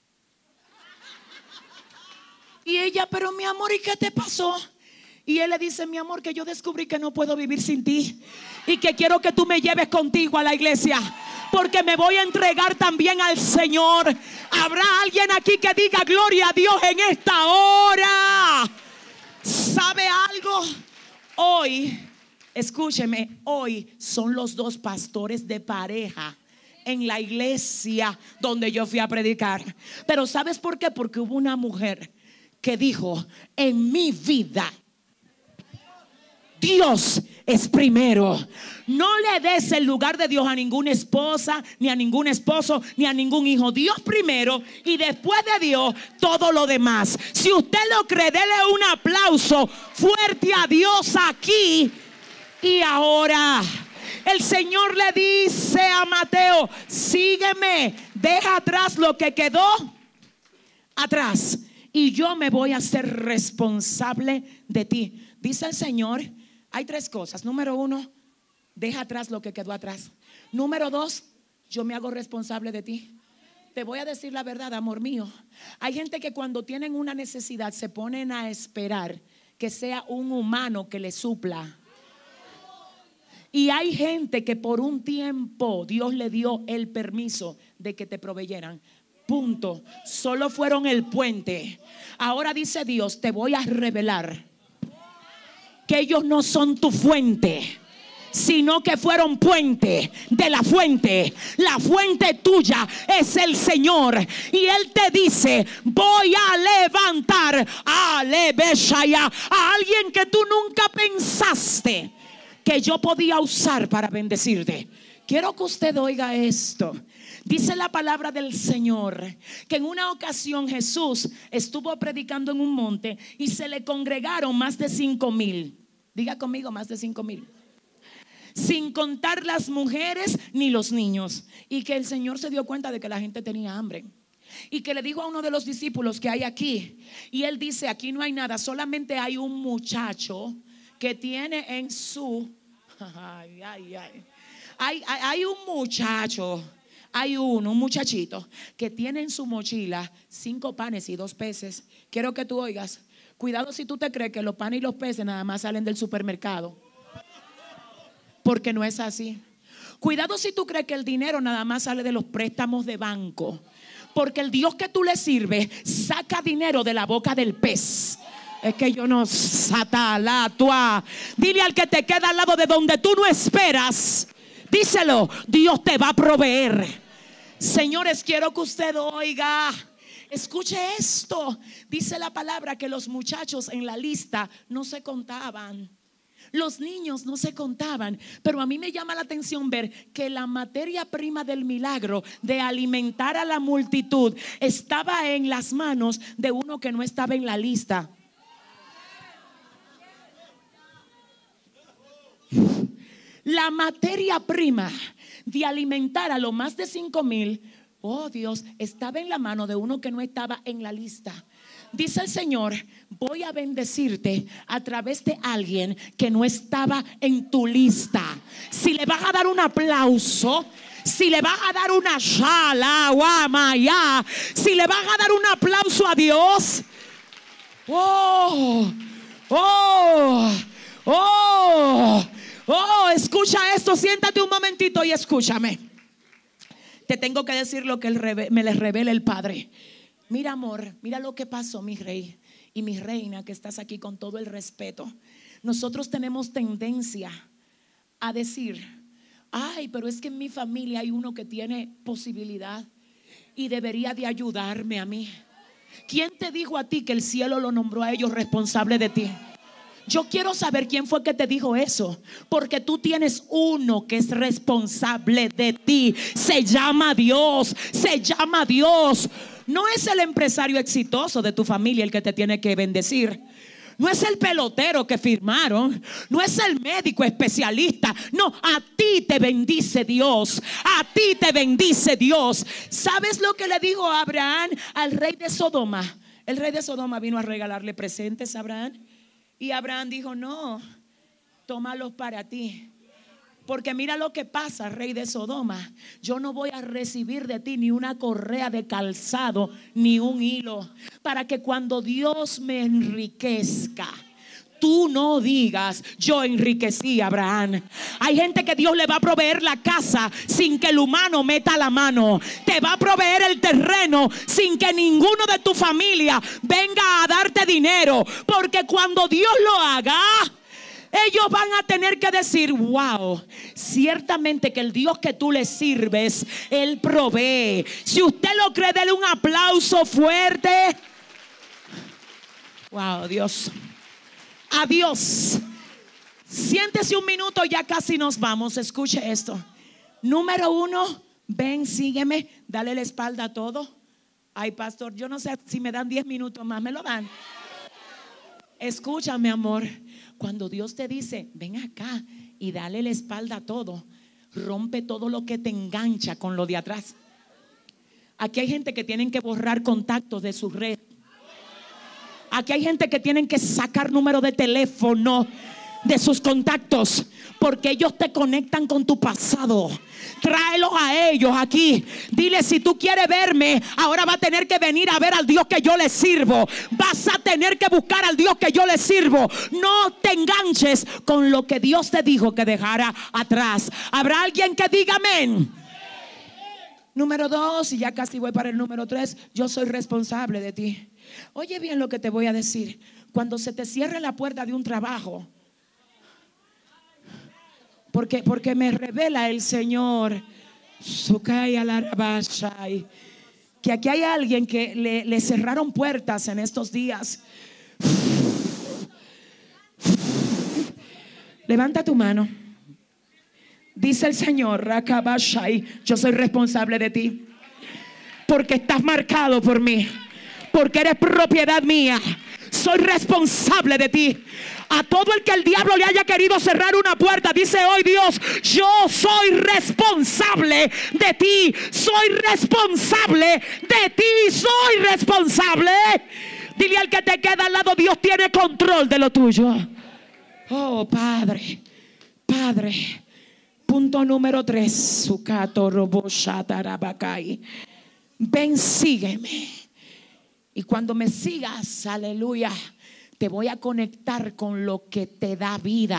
Y ella: pero mi amor, ¿y qué te pasó? Y él le dice: mi amor, que yo descubrí que no puedo vivir sin ti y que quiero que tú me lleves contigo a la iglesia, porque me voy a entregar también al Señor. ¿Habrá alguien aquí que diga gloria a Dios en esta hora? ¿Sabe algo? Hoy, escúcheme, hoy son los dos pastores de pareja en la iglesia donde yo fui a predicar. Pero ¿sabes por qué? Porque hubo una mujer que dijo: en mi vida Dios es primero. No le des el lugar de Dios a ninguna esposa, ni a ningún esposo, ni a ningún hijo. Dios primero, y después de Dios todo lo demás. Si usted lo cree, dele un aplauso fuerte a Dios aquí y ahora. El Señor le dice a Mateo: sígueme, deja atrás lo que quedó atrás y yo me voy a ser responsable de ti. Dice el Señor, hay tres cosas. Número uno, deja atrás lo que quedó atrás. Número dos, yo me hago responsable de ti. Te voy a decir la verdad, amor mío. Hay gente que cuando tienen una necesidad se ponen a esperar que sea un humano que le supla. Y hay gente que por un tiempo Dios le dio el permiso de que te proveyeran. Punto. Solo fueron el puente. Ahora dice Dios: te voy a revelar que ellos no son tu fuente, sino que fueron puente de la fuente. La fuente tuya es el Señor. Y Él te dice: voy a levantar a Lebeshaya, a alguien que tú nunca pensaste que yo podía usar para bendecirte. Quiero que usted oiga esto. Dice la palabra del Señor que en una ocasión Jesús estuvo predicando en un monte y se le congregaron más de cinco mil. Diga conmigo, más de cinco mil. Sin contar las mujeres ni los niños. Y que el Señor se dio cuenta de que la gente tenía hambre. Y que le dijo a uno de los discípulos: que hay aquí? Y él dice: aquí no hay nada, solamente hay un muchacho que tiene en su ay, ay, ay. Hay, hay, hay un muchacho, hay uno, un muchachito que tiene en su mochila cinco panes y dos peces. Quiero que tú oigas. Cuidado si tú te crees que los panes y los peces nada más salen del supermercado, porque no es así. Cuidado si tú crees que el dinero nada más sale de los préstamos de banco, porque el Dios que tú le sirves saca dinero de la boca del pez. Es que yo no satala tua. Dile al que te queda al lado de donde tú no esperas, díselo: Dios te va a proveer. Señores, quiero que usted oiga. Escuche esto. Dice la palabra que los muchachos en la lista no se contaban. Los niños no se contaban. Pero a mí me llama la atención ver que la materia prima del milagro de alimentar a la multitud estaba en las manos de uno que no estaba en la lista. La materia prima de alimentar a los más de cinco mil, oh Dios, estaba en la mano de uno que no estaba en la lista. Dice el Señor: voy a bendecirte a través de alguien que no estaba en tu lista. Si le vas a dar un aplauso, si le vas a dar una shala, guamaya, si le vas a dar un aplauso a Dios, oh, oh, oh, oh, escucha esto, siéntate un momentito y escúchame. Te tengo que decir lo que el me les revela el Padre. Mira, amor, mira lo que pasó, mi rey y mi reina, que estás aquí, con todo el respeto. Nosotros tenemos tendencia a decir: ay, pero es que en mi familia hay uno que tiene posibilidad y debería de ayudarme a mí. ¿Quién te dijo a ti que el cielo lo nombró a ellos responsable de ti? Yo quiero saber quién fue que te dijo eso, porque tú tienes uno que es responsable de ti. Se llama Dios, se llama Dios. No es el empresario exitoso de tu familia el que te tiene que bendecir. No es el pelotero que firmaron. No es el médico especialista. No, a ti te bendice Dios. A ti te bendice Dios. ¿Sabes lo que le dijo Abraham al rey de Sodoma? El rey de Sodoma vino a regalarle presentes a Abraham. Y Abraham dijo: no, tómalos para ti. Porque mira lo que pasa, rey de Sodoma. Yo no voy a recibir de ti ni una correa de calzado, ni un hilo, para que cuando Dios me enriquezca, tú no digas: yo enriquecí a Abraham. Hay gente que Dios le va a proveer la casa sin que el humano meta la mano. Te va a proveer el terreno sin que ninguno de tu familia venga a darte dinero. Porque cuando Dios lo haga, ellos van a tener que decir: wow, ciertamente que el Dios que tú le sirves, Él provee. Si usted lo cree, dele un aplauso fuerte. Wow, Dios. Adiós. Siéntese un minuto, ya casi nos vamos. Escuche esto. Número uno, ven, sígueme, dale la espalda a todo. Ay, pastor, yo no sé si me dan diez minutos más, ¿me lo dan? Escúchame, amor. Cuando Dios te dice: ven acá y dale la espalda a todo, rompe todo lo que te engancha con lo de atrás. Aquí hay gente que tienen que borrar contactos de su red. Aquí hay gente que tienen que sacar número de teléfono de sus contactos, porque ellos te conectan con tu pasado. Tráelos a ellos aquí. Dile: si tú quieres verme, ahora va a tener que venir a ver al Dios que yo le sirvo. Vas a tener que buscar al Dios que yo le sirvo. No te enganches con lo que Dios te dijo que dejara atrás. ¿Habrá alguien que diga amén? Número dos, y ya casi voy para el número tres. Yo soy responsable de ti. Oye bien lo que te voy a decir. Cuando se te cierre la puerta de un trabajo, Porque, porque me revela el Señor que aquí hay alguien que le, le cerraron puertas en estos días. Levanta tu mano. Dice el Señor: yo soy responsable de ti, porque estás marcado por mí, porque eres propiedad mía. Soy responsable de ti. A todo el que el diablo le haya querido cerrar una puerta, dice hoy Dios: yo soy responsable de ti. Soy responsable de ti. Soy responsable. Dile al que te queda al lado: Dios tiene control de lo tuyo. Oh, Padre, Padre. Punto número tres. Ven, sígueme. Y cuando me sigas, aleluya, te voy a conectar con lo que te da vida,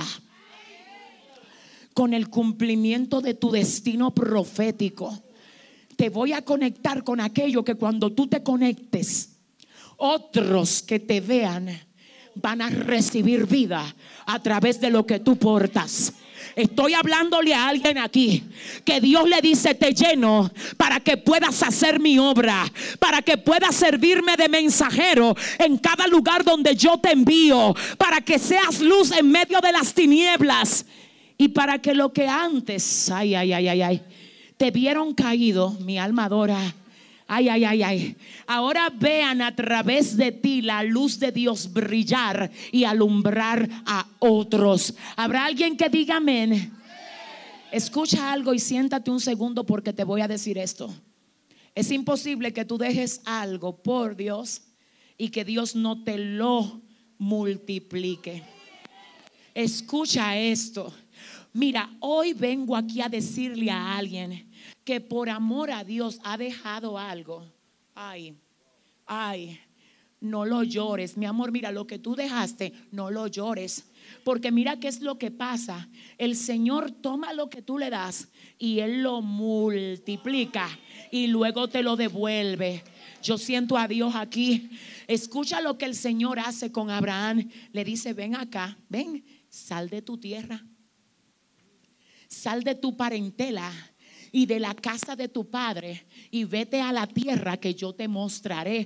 con el cumplimiento de tu destino profético. Te voy a conectar con aquello que cuando tú te conectes, otros que te vean van a recibir vida a través de lo que tú portas. Estoy hablándole a alguien aquí que Dios le dice: te lleno para que puedas hacer mi obra, para que puedas servirme de mensajero en cada lugar donde yo te envío, para que seas luz en medio de las tinieblas, y para que lo que antes, ay, ay, ay, ay, ay, te vieron caído, mi alma adora. Ay, ay, ay, ay. Ahora vean a través de ti la luz de Dios brillar y alumbrar a otros. ¿Habrá alguien que diga amén? Escucha algo y siéntate un segundo, porque te voy a decir esto. Es imposible que tú dejes algo por Dios y que Dios no te lo multiplique. Escucha esto. Mira, hoy vengo aquí a decirle a alguien que por amor a Dios ha dejado algo. Ay, ay, no lo llores, mi amor. Mira, lo que tú dejaste, no lo llores, porque mira qué es lo que pasa. El Señor toma lo que tú le das y Él lo multiplica y luego te lo devuelve. Yo siento a Dios aquí. Escucha lo que el Señor hace con Abraham. Le dice: ven acá, ven, sal de tu tierra, sal de tu parentela y de la casa de tu padre y vete a la tierra que yo te mostraré.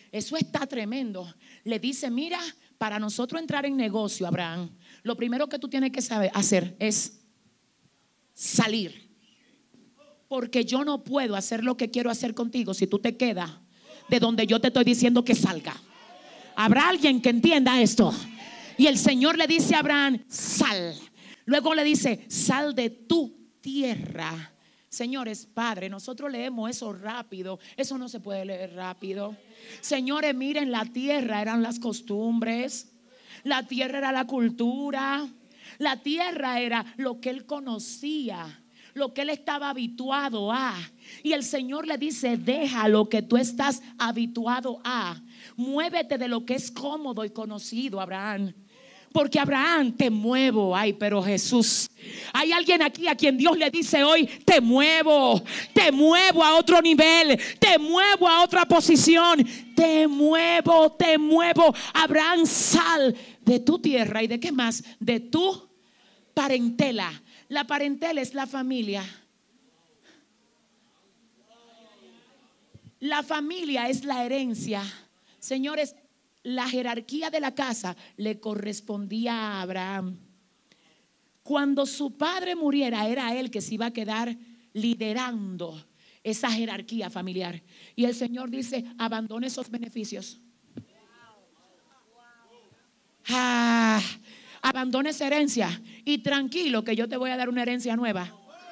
eso está tremendo. Le dice, mira, para nosotros entrar en negocio, Abraham, lo primero que tú tienes que saber hacer es salir. Porque yo no puedo hacer lo que quiero hacer contigo si tú te quedas de donde yo te estoy diciendo que salga. ¿Habrá alguien que entienda esto? Y el Señor le dice a Abraham, sal. Luego le dice, sal de tu tierra. Señores, Padre, nosotros leemos eso rápido. Eso no se puede leer rápido. Señores, miren, la tierra eran las costumbres. La tierra era la cultura. La tierra era lo que él conocía, lo que él estaba habituado a. Y el Señor le dice, deja lo que tú estás habituado a. Muévete de lo que es cómodo y conocido, Abraham. Porque Abraham, te muevo. Ay, pero Jesús, hay alguien aquí a quien Dios le dice hoy, te muevo, te muevo a otro nivel, te muevo a otra posición, te muevo, te muevo. Abraham, sal de tu tierra. ¿Y de qué más? De tu parentela. La parentela es la familia. La familia es la herencia. Señores, la jerarquía de la casa le correspondía a Abraham. Cuando su padre muriera, era él que se iba a quedar liderando esa jerarquía familiar. Y el Señor dice, abandone esos beneficios. Ah, abandone esa herencia y tranquilo que yo te voy a dar una herencia nueva.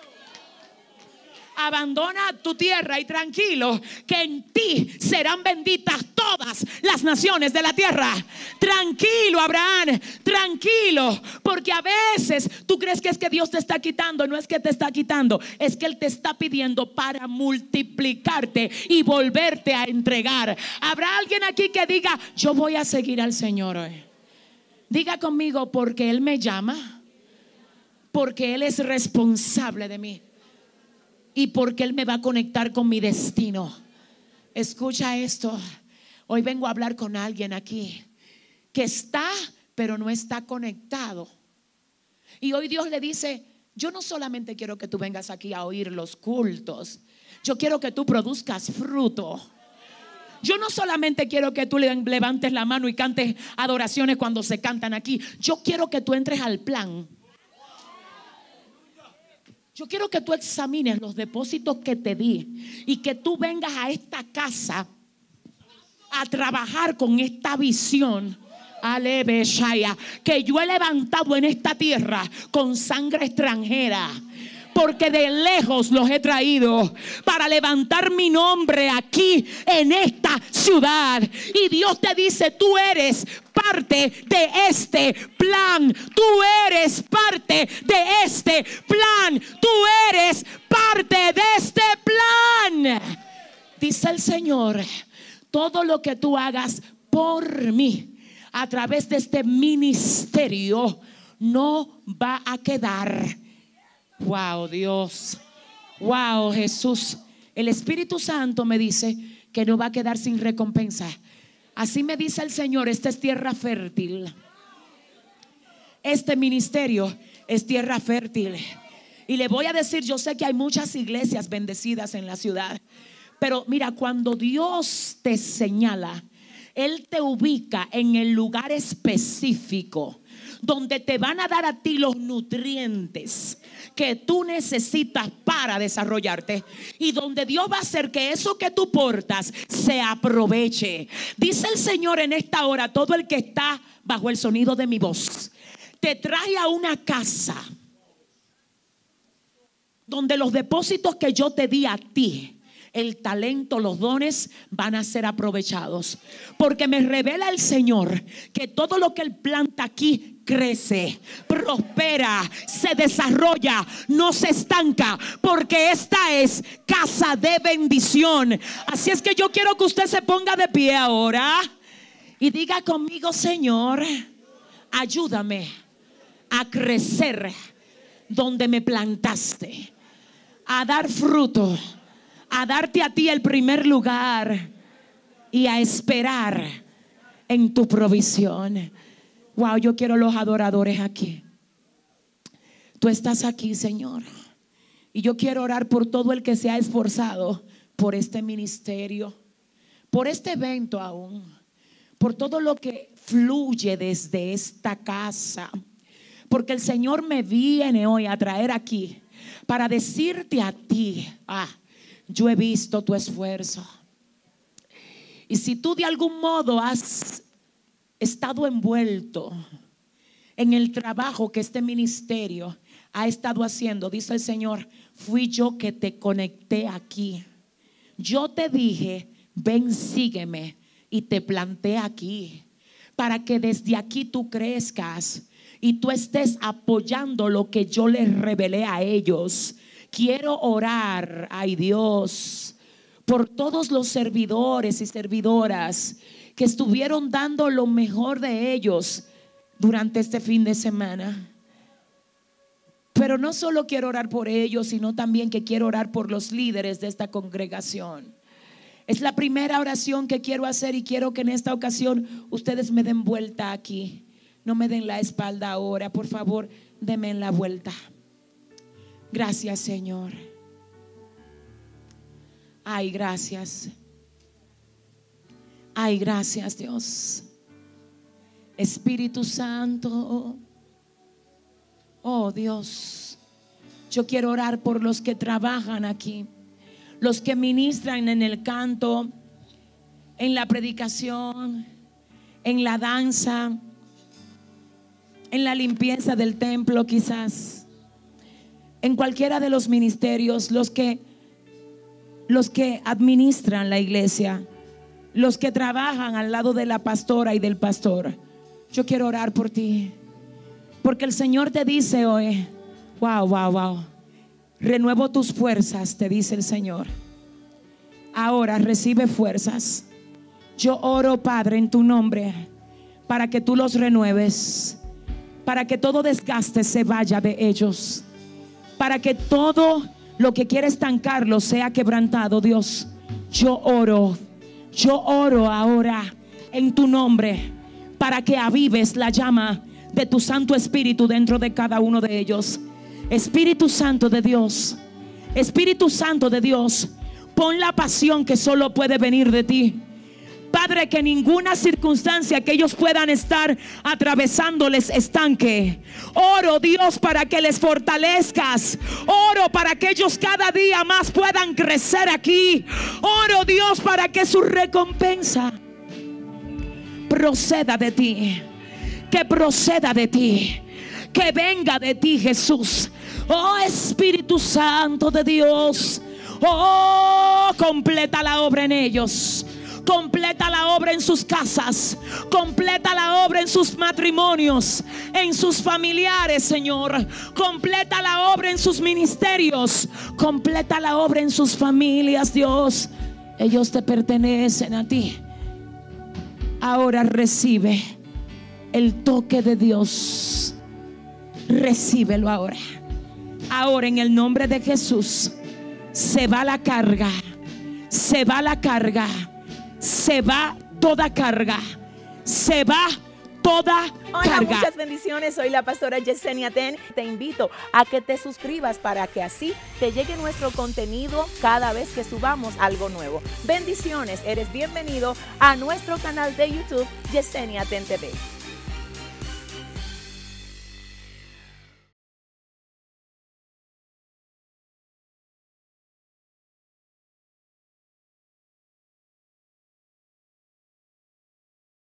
Abandona tu tierra y tranquilo que en ti serán benditas todas las naciones de la tierra. Tranquilo, Abraham, tranquilo, porque a veces tú crees que es que Dios te está quitando. No es que te está quitando, es que Él te está pidiendo para multiplicarte y volverte a entregar. ¿Habrá alguien aquí que diga, yo voy a seguir al Señor hoy? Diga conmigo, porque Él me llama, porque Él es responsable de mí y porque Él me va a conectar con mi destino. Escucha esto. Hoy vengo a hablar con alguien aquí que está, pero no está conectado. Y hoy Dios le dice, yo no solamente quiero que tú vengas aquí a oír los cultos, yo quiero que tú produzcas fruto. Yo no solamente quiero que tú levantes la mano y cantes adoraciones cuando se cantan aquí. Yo quiero que tú entres al plan. Yo quiero que tú examines los depósitos que te di y que tú vengas a esta casa a trabajar con esta visión que yo he levantado en esta tierra con sangre extranjera. Porque de lejos los he traído para levantar mi nombre aquí en esta ciudad. Y Dios te dice, tú eres parte de este plan. Tú eres parte de este plan. Tú eres parte de este plan. Dice el Señor, todo lo que tú hagas por mí a través de este ministerio no va a quedar. Wow, Dios. Wow, Jesús. El Espíritu Santo me dice que no va a quedar sin recompensa. Así me dice el Señor, esta es tierra fértil. Este ministerio es tierra fértil. Y le voy a decir, yo sé que hay muchas iglesias bendecidas en la ciudad, pero mira, cuando Dios te señala, Él te ubica en el lugar específico donde te van a dar a ti los nutrientes que tú necesitas para desarrollarte, y donde Dios va a hacer que eso que tú portas se aproveche. Dice el Señor en esta hora, todo el que está bajo el sonido de mi voz, te trae a una casa donde los depósitos que yo te di a ti, el talento, los dones van a ser aprovechados. Porque me revela el Señor que todo lo que Él planta aquí crece, prospera, se desarrolla, no se estanca, porque esta es casa de bendición. Así es que yo quiero que usted se ponga de pie ahora y diga conmigo, Señor, ayúdame a crecer donde me plantaste, a dar fruto, a darte a ti el primer lugar y a esperar en tu provisión. Wow, yo quiero los adoradores aquí. Tú estás aquí, Señor, y yo quiero orar por todo el que se ha esforzado por este ministerio, por este evento aún, por todo lo que fluye desde esta casa, porque el Señor me viene hoy a traer aquí para decirte a ti, ah, yo he visto tu esfuerzo. Y si tú de algún modo has estado envuelto en el trabajo que este ministerio ha estado haciendo, dice el Señor, fui yo que te conecté aquí. Yo te dije, ven, sígueme, y te planté aquí para que desde aquí tú crezcas y tú estés apoyando lo que yo les revelé a ellos. Quiero orar, ay Dios, por todos los servidores y servidoras que estuvieron dando lo mejor de ellos durante este fin de semana. Pero no solo quiero orar por ellos, sino también que quiero orar por los líderes de esta congregación. Es la primera oración que quiero hacer y quiero que en esta ocasión ustedes me den vuelta aquí. No me den la espalda ahora, por favor, denme la vuelta. Gracias, Señor. Ay, gracias. Ay, gracias, Dios. Espíritu Santo. Oh, Dios, yo quiero orar por los que trabajan aquí, los que ministran en el canto, en la predicación, en la danza, en la limpieza del templo, quizás en cualquiera de los ministerios, los que los que administran la iglesia, los que trabajan al lado de la pastora y del pastor. Yo quiero orar por ti, porque el Señor te dice hoy, wow, wow, wow, renuevo tus fuerzas, te dice el Señor. Ahora recibe fuerzas. Yo oro, Padre, en tu nombre, para que tú los renueves, para que todo desgaste se vaya de ellos, para que todo lo que quiere estancarlos sea quebrantado. Dios, yo oro, yo oro ahora en tu nombre, para que avives la llama de tu Santo Espíritu dentro de cada uno de ellos. Espíritu Santo de Dios, Espíritu Santo de Dios, pon la pasión que solo puede venir de ti. Padre, que ninguna circunstancia que ellos puedan estar atravesando les estanque. Oro, Dios, para que les fortalezcas. Oro para que ellos cada día más puedan crecer aquí. Oro, Dios, para que su recompensa proceda de ti. Que proceda de ti, que venga de ti, Jesús. Oh, Espíritu Santo de Dios, oh, completa la obra en ellos, completa la obra en sus casas, completa la obra en sus matrimonios, en sus familiares, Señor. Completa la obra en sus ministerios, completa la obra en sus familias, Dios. Ellos te pertenecen a ti. Ahora recibe el toque de Dios. Recíbelo ahora. Ahora, en el nombre de Jesús, se va la carga, se va la carga, se va toda carga, se va toda Hola, carga. Muchas bendiciones. Soy la pastora Yesenia Ten. Te invito a que te suscribas para que así te llegue nuestro contenido cada vez que subamos algo nuevo. Bendiciones. Eres bienvenido a nuestro canal de YouTube Yesenia Ten T V.